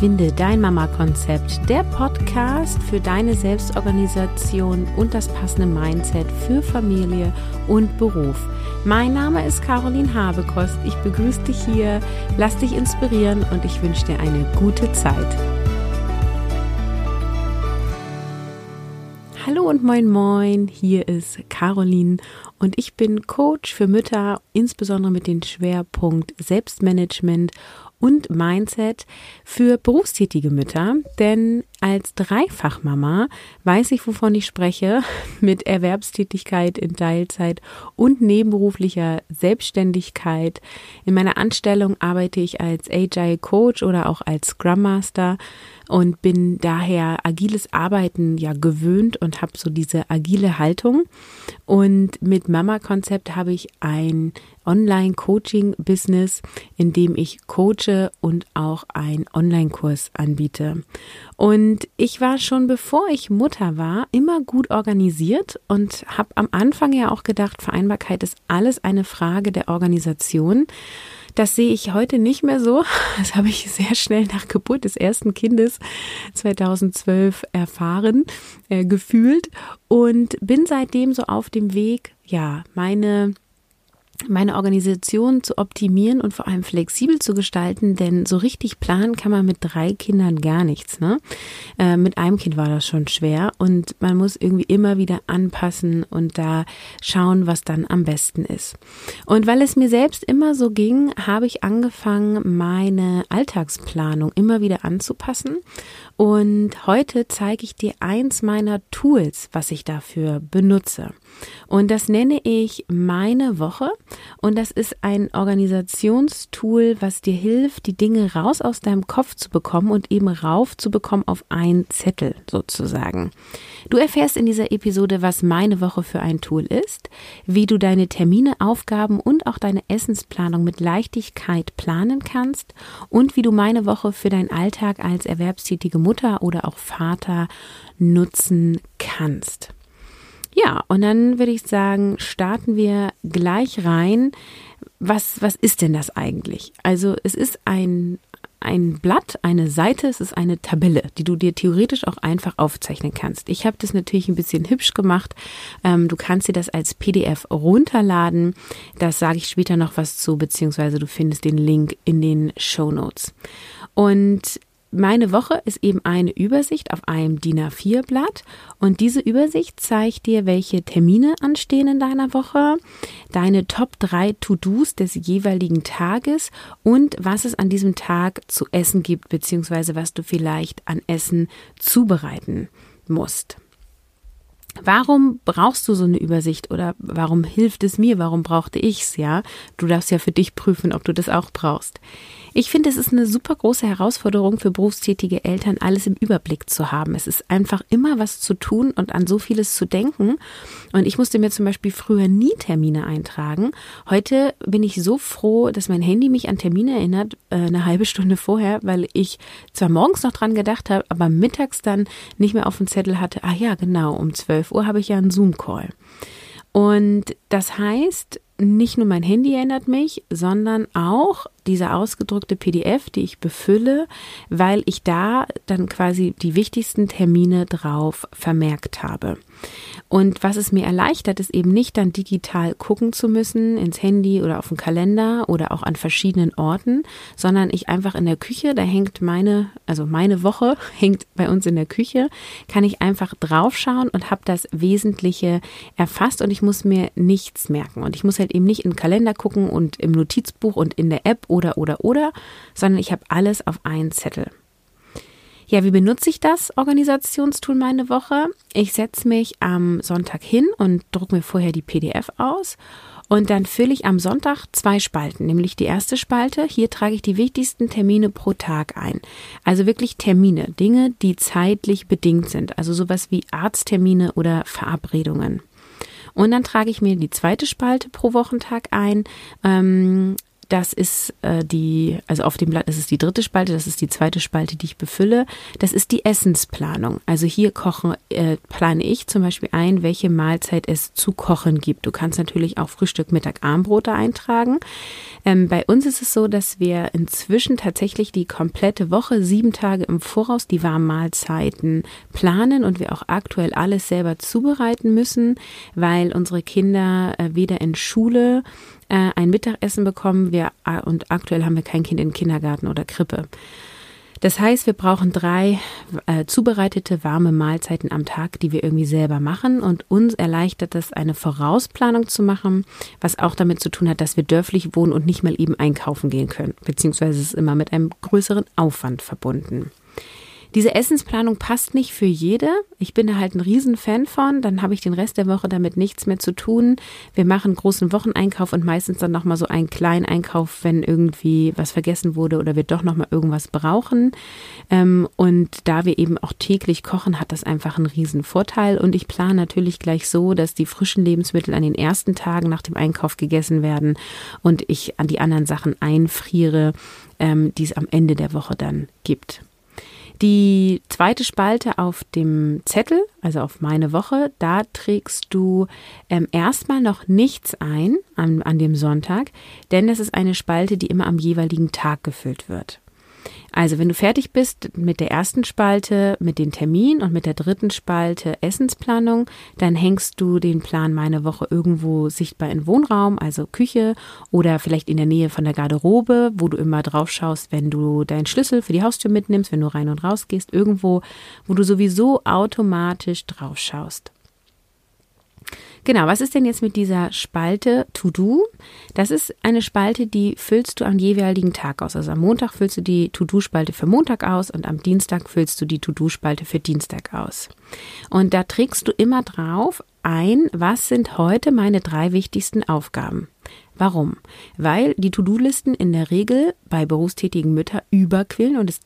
Finde dein Mama-Konzept, der Podcast für deine Selbstorganisation und das passende Mindset für Familie und Beruf. Mein Name ist Caroline Habekost. Ich begrüße dich hier, lass dich inspirieren und ich wünsche dir eine gute Zeit. Hallo und moin moin, hier ist Caroline und ich bin Coach für Mütter, insbesondere mit dem Schwerpunkt Selbstmanagement und Mindset für berufstätige Mütter, denn als Dreifachmama weiß ich, wovon ich spreche, mit Erwerbstätigkeit in Teilzeit und nebenberuflicher Selbstständigkeit. In meiner Anstellung arbeite ich als Agile Coach oder auch als Scrum Master und bin daher agiles Arbeiten ja gewöhnt und habe so diese agile Haltung. Und mit Mama-Konzept habe ich ein Online-Coaching-Business, in dem ich coache und auch einen Online-Kurs anbiete. Und ich war schon, bevor ich Mutter war, immer gut organisiert und habe am Anfang ja auch gedacht, Vereinbarkeit ist alles eine Frage der Organisation. Das sehe ich heute nicht mehr so. Das habe ich sehr schnell nach Geburt des ersten Kindes 2012 erfahren, gefühlt und bin seitdem so auf dem Weg, ja, meine Organisation zu optimieren und vor allem flexibel zu gestalten, denn so richtig planen kann man mit 3 Kindern gar nichts, ne? Mit einem Kind war das schon schwer und man muss irgendwie immer wieder anpassen und da schauen, was dann am besten ist. Und weil es mir selbst immer so ging, habe ich angefangen, meine Alltagsplanung immer wieder anzupassen. Und heute zeige ich dir eins meiner Tools, was ich dafür benutze. Und das nenne ich meine Woche. Und das ist ein Organisationstool, was dir hilft, die Dinge raus aus deinem Kopf zu bekommen und eben rauf zu bekommen auf einen Zettel sozusagen. Du erfährst in dieser Episode, was meine Woche für ein Tool ist, wie du deine Termine, Aufgaben und auch deine Essensplanung mit Leichtigkeit planen kannst und wie du meine Woche für deinen Alltag als erwerbstätige Mutter oder auch Vater nutzen kannst. Ja, und dann würde ich sagen, starten wir gleich rein. Was ist denn das eigentlich? Also es ist ein Blatt, eine Seite, es ist eine Tabelle, die du dir theoretisch auch einfach aufzeichnen kannst. Ich habe das natürlich ein bisschen hübsch gemacht. Du kannst dir das als PDF runterladen. Das sage ich später noch was zu, beziehungsweise du findest den Link in den Shownotes. Und meine Woche ist eben eine Übersicht auf einem DIN A4-Blatt und diese Übersicht zeigt dir, welche Termine anstehen in deiner Woche, deine Top 3 To-Dos des jeweiligen Tages und was es an diesem Tag zu essen gibt, beziehungsweise was du vielleicht an Essen zubereiten musst. Warum brauchst du so eine Übersicht oder warum hilft es mir? Warum brauchte ich's? Ja, du darfst ja für dich prüfen, ob du das auch brauchst. Ich finde, es ist eine super große Herausforderung für berufstätige Eltern, alles im Überblick zu haben. Es ist einfach immer was zu tun und an so vieles zu denken. Und ich musste mir zum Beispiel früher nie Termine eintragen. Heute bin ich so froh, dass mein Handy mich an Termine erinnert, eine halbe Stunde vorher, weil ich zwar morgens noch dran gedacht habe, aber mittags dann nicht mehr auf dem Zettel hatte, ah ja, genau, um 12 Uhr habe ich ja einen Zoom-Call. Und das heißt, nicht nur mein Handy erinnert mich, sondern auch diese ausgedruckte PDF, die ich befülle, weil ich da dann quasi die wichtigsten Termine drauf vermerkt habe. Und was es mir erleichtert, ist eben nicht dann digital gucken zu müssen ins Handy oder auf den Kalender oder auch an verschiedenen Orten, sondern ich einfach in der Küche, da hängt meine Woche hängt bei uns in der Küche, kann ich einfach draufschauen und habe das Wesentliche erfasst und ich muss mir nichts merken. Und ich muss halt eben nicht in den Kalender gucken und im Notizbuch und in der App oder, sondern ich habe alles auf einen Zettel. Ja, wie benutze ich das Organisationstool meine Woche? Ich setze mich am Sonntag hin und drucke mir vorher die PDF aus und dann fülle ich am Sonntag 2 Spalten, nämlich die erste Spalte, hier trage ich die wichtigsten Termine pro Tag ein. Also wirklich Termine, Dinge, die zeitlich bedingt sind, also sowas wie Arzttermine oder Verabredungen. Und dann trage ich mir die zweite Spalte pro Wochentag ein, das ist also auf dem Blatt, das ist die dritte Spalte, das ist die zweite Spalte, die ich befülle. Das ist die Essensplanung. Also hier plane ich zum Beispiel ein, welche Mahlzeit es zu kochen gibt. Du kannst natürlich auch Frühstück, Mittag, Abendbrote eintragen. Bei uns ist es so, dass wir inzwischen tatsächlich die komplette Woche, 7 Tage im Voraus, die warmen Mahlzeiten planen und wir auch aktuell alles selber zubereiten müssen, weil unsere Kinder weder in Schule ein Mittagessen bekommen und aktuell haben wir kein Kind in Kindergarten oder Krippe. Das heißt, wir brauchen 3 zubereitete warme Mahlzeiten am Tag, die wir irgendwie selber machen, und uns erleichtert das, eine Vorausplanung zu machen, was auch damit zu tun hat, dass wir dörflich wohnen und nicht mal eben einkaufen gehen können, beziehungsweise es ist immer mit einem größeren Aufwand verbunden. Diese Essensplanung passt nicht für jede. Ich bin da halt ein Riesenfan von. Dann habe ich den Rest der Woche damit nichts mehr zu tun. Wir machen einen großen Wocheneinkauf und meistens dann nochmal so einen kleinen Einkauf, wenn irgendwie was vergessen wurde oder wir doch nochmal irgendwas brauchen. Und da wir eben auch täglich kochen, hat das einfach einen riesen Vorteil. Und ich plane natürlich gleich so, dass die frischen Lebensmittel an den ersten Tagen nach dem Einkauf gegessen werden und ich an die anderen Sachen einfriere, die es am Ende der Woche dann gibt. Die zweite Spalte auf dem Zettel, also auf meine Woche, da trägst du erstmal noch nichts ein an dem Sonntag, denn das ist eine Spalte, die immer am jeweiligen Tag gefüllt wird. Also wenn du fertig bist mit der ersten Spalte, mit den Terminen und mit der dritten Spalte Essensplanung, dann hängst du den Plan meine Woche irgendwo sichtbar in Wohnraum, also Küche oder vielleicht in der Nähe von der Garderobe, wo du immer drauf schaust, wenn du deinen Schlüssel für die Haustür mitnimmst, wenn du rein und raus gehst, irgendwo, wo du sowieso automatisch drauf schaust. Genau, was ist denn jetzt mit dieser Spalte To-Do? Das ist eine Spalte, die füllst du am jeweiligen Tag aus. Also am Montag füllst du die To-Do-Spalte für Montag aus und am Dienstag füllst du die To-Do-Spalte für Dienstag aus. Und da trägst du immer drauf ein, was sind heute meine 3 wichtigsten Aufgaben. Warum? Weil die To-Do-Listen in der Regel bei berufstätigen Müttern überquillen und es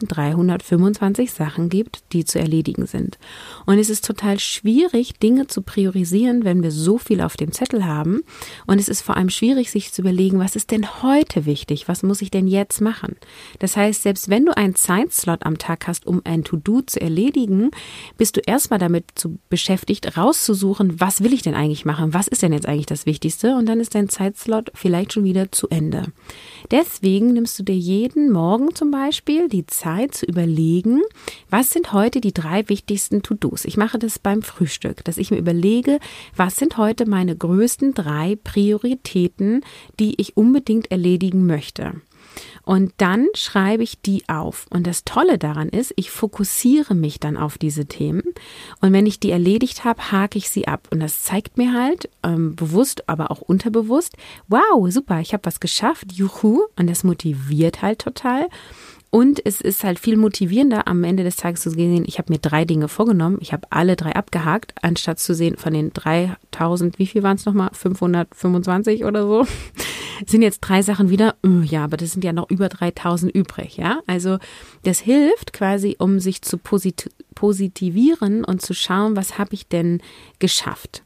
1325 Sachen gibt, die zu erledigen sind. Und es ist total schwierig, Dinge zu priorisieren, wenn wir so viel auf dem Zettel haben. Und es ist vor allem schwierig, sich zu überlegen, was ist denn heute wichtig? Was muss ich denn jetzt machen? Das heißt, selbst wenn du einen Zeitslot am Tag hast, um ein To-Do zu erledigen, bist du erstmal damit beschäftigt, rauszusuchen, was will ich denn eigentlich machen? Was ist denn jetzt eigentlich das Wichtigste? Und dann ist dein Zeitslot vielleicht schon wieder zu Ende. Deswegen nimmst du dir jeden Morgen zum Beispiel die Zeit zu überlegen, was sind heute die 3 wichtigsten To-Dos. Ich mache das beim Frühstück, dass ich mir überlege, was sind heute meine größten 3 Prioritäten, die ich unbedingt erledigen möchte. Und dann schreibe ich die auf. Und das Tolle daran ist, ich fokussiere mich dann auf diese Themen. Und wenn ich die erledigt habe, hake ich sie ab. Und das zeigt mir halt, bewusst, aber auch unterbewusst, wow, super, ich habe was geschafft, juhu. Und das motiviert halt total. Und es ist halt viel motivierender, am Ende des Tages zu sehen, ich habe mir 3 Dinge vorgenommen, ich habe alle 3 abgehakt, anstatt zu sehen, von den 3000, wie viel waren es nochmal, 525 oder so, sind jetzt 3 Sachen wieder, ja, aber das sind ja noch über 3000 übrig, ja. Also das hilft quasi, um sich zu positivieren und zu schauen, was habe ich denn geschafft.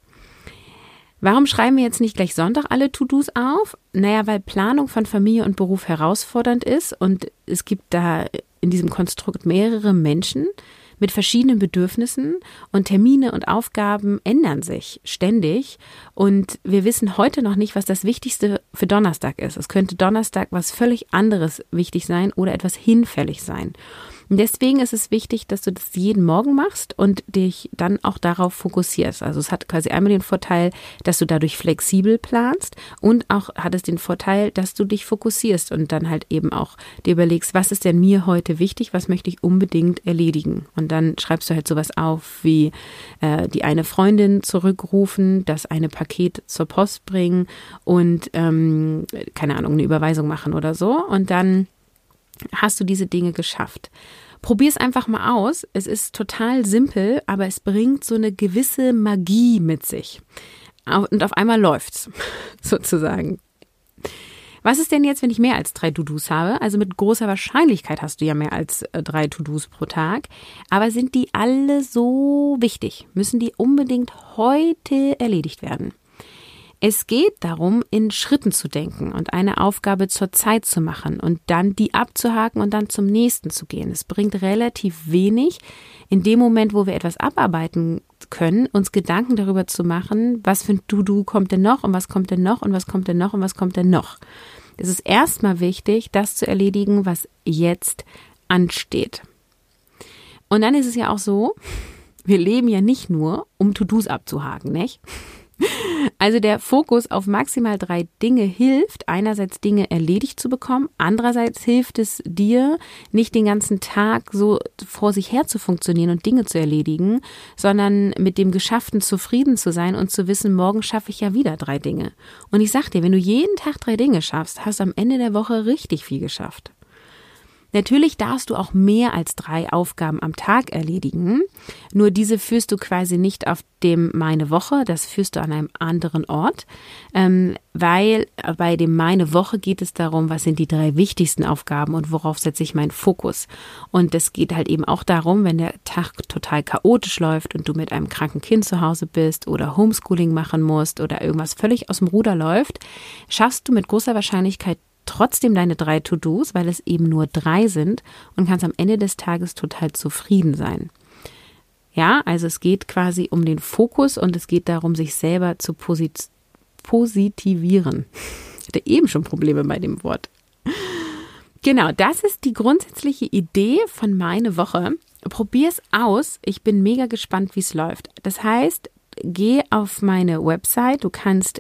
Warum schreiben wir jetzt nicht gleich Sonntag alle To-Dos auf? Naja, weil Planung von Familie und Beruf herausfordernd ist und es gibt da in diesem Konstrukt mehrere Menschen mit verschiedenen Bedürfnissen und Termine und Aufgaben ändern sich ständig und wir wissen heute noch nicht, was das Wichtigste für Donnerstag ist. Es könnte Donnerstag was völlig anderes wichtig sein oder etwas hinfällig sein. Und deswegen ist es wichtig, dass du das jeden Morgen machst und dich dann auch darauf fokussierst. Also es hat quasi einmal den Vorteil, dass du dadurch flexibel planst und auch hat es den Vorteil, dass du dich fokussierst und dann halt eben auch dir überlegst, was ist denn mir heute wichtig, was möchte ich unbedingt erledigen. Und dann schreibst du halt sowas auf wie die eine Freundin zurückrufen, das eine Paket zur Post bringen und keine Ahnung, eine Überweisung machen oder so. Und dann hast du diese Dinge geschafft. Probier es einfach mal aus. Es ist total simpel, aber es bringt so eine gewisse Magie mit sich. Und auf einmal läuft's, sozusagen. Was ist denn jetzt, wenn ich mehr als 3 To-Dos habe? Also mit großer Wahrscheinlichkeit hast du ja mehr als 3 To-Dos pro Tag. Aber sind die alle so wichtig? Müssen die unbedingt heute erledigt werden? Es geht darum, in Schritten zu denken und eine Aufgabe zur Zeit zu machen und dann die abzuhaken und dann zum nächsten zu gehen. Es bringt relativ wenig, in dem Moment, wo wir etwas abarbeiten können, uns Gedanken darüber zu machen, was für ein To-Do kommt denn noch und was kommt denn noch und was kommt denn noch und was kommt denn noch. Es ist erstmal wichtig, das zu erledigen, was jetzt ansteht. Und dann ist es ja auch so, wir leben ja nicht nur, um To-Dos abzuhaken, nicht? Also der Fokus auf maximal 3 Dinge hilft, einerseits Dinge erledigt zu bekommen, andererseits hilft es dir, nicht den ganzen Tag so vor sich her zu funktionieren und Dinge zu erledigen, sondern mit dem Geschafften zufrieden zu sein und zu wissen, morgen schaffe ich ja wieder 3 Dinge. Und ich sag dir, wenn du jeden Tag 3 Dinge schaffst, hast du am Ende der Woche richtig viel geschafft. Natürlich darfst du auch mehr als 3 Aufgaben am Tag erledigen, nur diese führst du quasi nicht auf dem Meine Woche, das führst du an einem anderen Ort, weil bei dem Meine Woche geht es darum, was sind die 3 wichtigsten Aufgaben und worauf setze ich meinen Fokus. Und es geht halt eben auch darum, wenn der Tag total chaotisch läuft und du mit einem kranken Kind zu Hause bist oder Homeschooling machen musst oder irgendwas völlig aus dem Ruder läuft, schaffst du mit großer Wahrscheinlichkeit trotzdem deine 3 To-Dos, weil es eben nur 3 sind und kannst am Ende des Tages total zufrieden sein. Ja, also es geht quasi um den Fokus und es geht darum, sich selber zu positivieren. Ich hatte eben schon Probleme bei dem Wort. Genau, das ist die grundsätzliche Idee von Meine Woche. Probier es aus. Ich bin mega gespannt, wie es läuft. Das heißt, geh auf meine Website, du kannst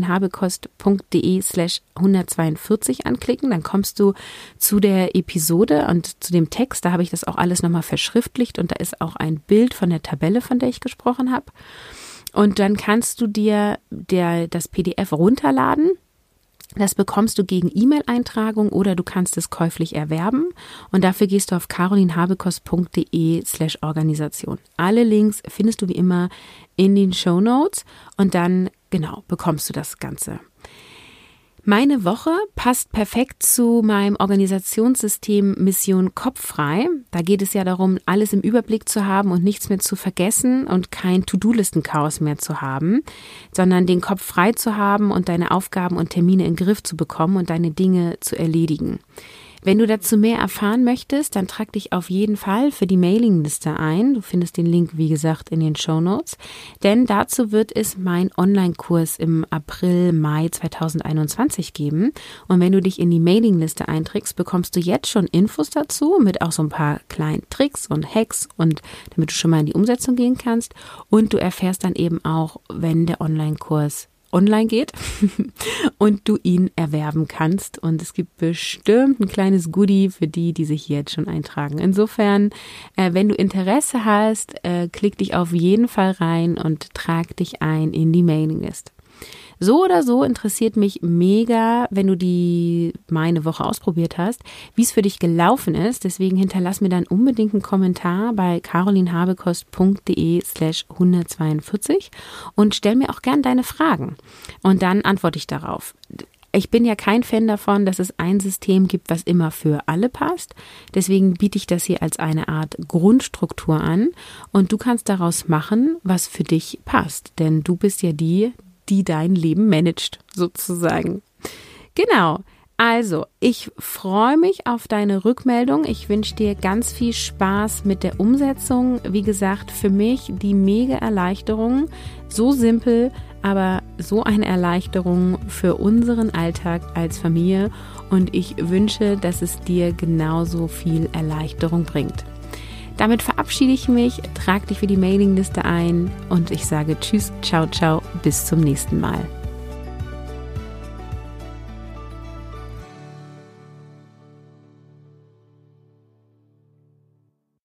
carolinhabekost.de/142 anklicken, dann kommst du zu der Episode und zu dem Text, da habe ich das auch alles nochmal verschriftlicht und da ist auch ein Bild von der Tabelle, von der ich gesprochen habe. Und dann kannst du dir das PDF runterladen. Das bekommst du gegen E-Mail-Eintragung oder du kannst es käuflich erwerben und dafür gehst du auf carolinhabekost.de/Organisation. Alle Links findest du wie immer in den Shownotes und dann, genau, bekommst du das Ganze. Meine Woche passt perfekt zu meinem Organisationssystem Mission Kopffrei. Da geht es ja darum, alles im Überblick zu haben und nichts mehr zu vergessen und kein To-Do-Listen-Chaos mehr zu haben, sondern den Kopf frei zu haben und deine Aufgaben und Termine in den Griff zu bekommen und deine Dinge zu erledigen. Wenn du dazu mehr erfahren möchtest, dann trag dich auf jeden Fall für die Mailingliste ein. Du findest den Link, wie gesagt, in den Shownotes. Denn dazu wird es meinen Online-Kurs im April, Mai 2021 geben. Und wenn du dich in die Mailingliste einträgst, bekommst du jetzt schon Infos dazu mit auch so ein paar kleinen Tricks und Hacks und damit du schon mal in die Umsetzung gehen kannst. Und du erfährst dann eben auch, wenn der Online-Kurs online geht und du ihn erwerben kannst. Und es gibt bestimmt ein kleines Goodie für die sich jetzt schon eintragen. Insofern, wenn du Interesse hast, klick dich auf jeden Fall rein und trag dich ein in die Mailingliste. So oder so interessiert mich mega, wenn du meine Woche ausprobiert hast, wie es für dich gelaufen ist. Deswegen hinterlass mir dann unbedingt einen Kommentar bei carolinhabekost.de/142 und stell mir auch gern deine Fragen. Und dann antworte ich darauf. Ich bin ja kein Fan davon, dass es ein System gibt, was immer für alle passt. Deswegen biete ich das hier als eine Art Grundstruktur an und du kannst daraus machen, was für dich passt. Denn du bist ja die dein Leben managt, sozusagen. Genau. Also, ich freue mich auf deine Rückmeldung. Ich wünsche dir ganz viel Spaß mit der Umsetzung. Wie gesagt, für mich die mega Erleichterung. So simpel, aber so eine Erleichterung für unseren Alltag als Familie. Und ich wünsche, dass es dir genauso viel Erleichterung bringt. Damit verabschiede ich mich, trag dich für die Mailingliste ein und ich sage Tschüss, ciao, ciao, bis zum nächsten Mal.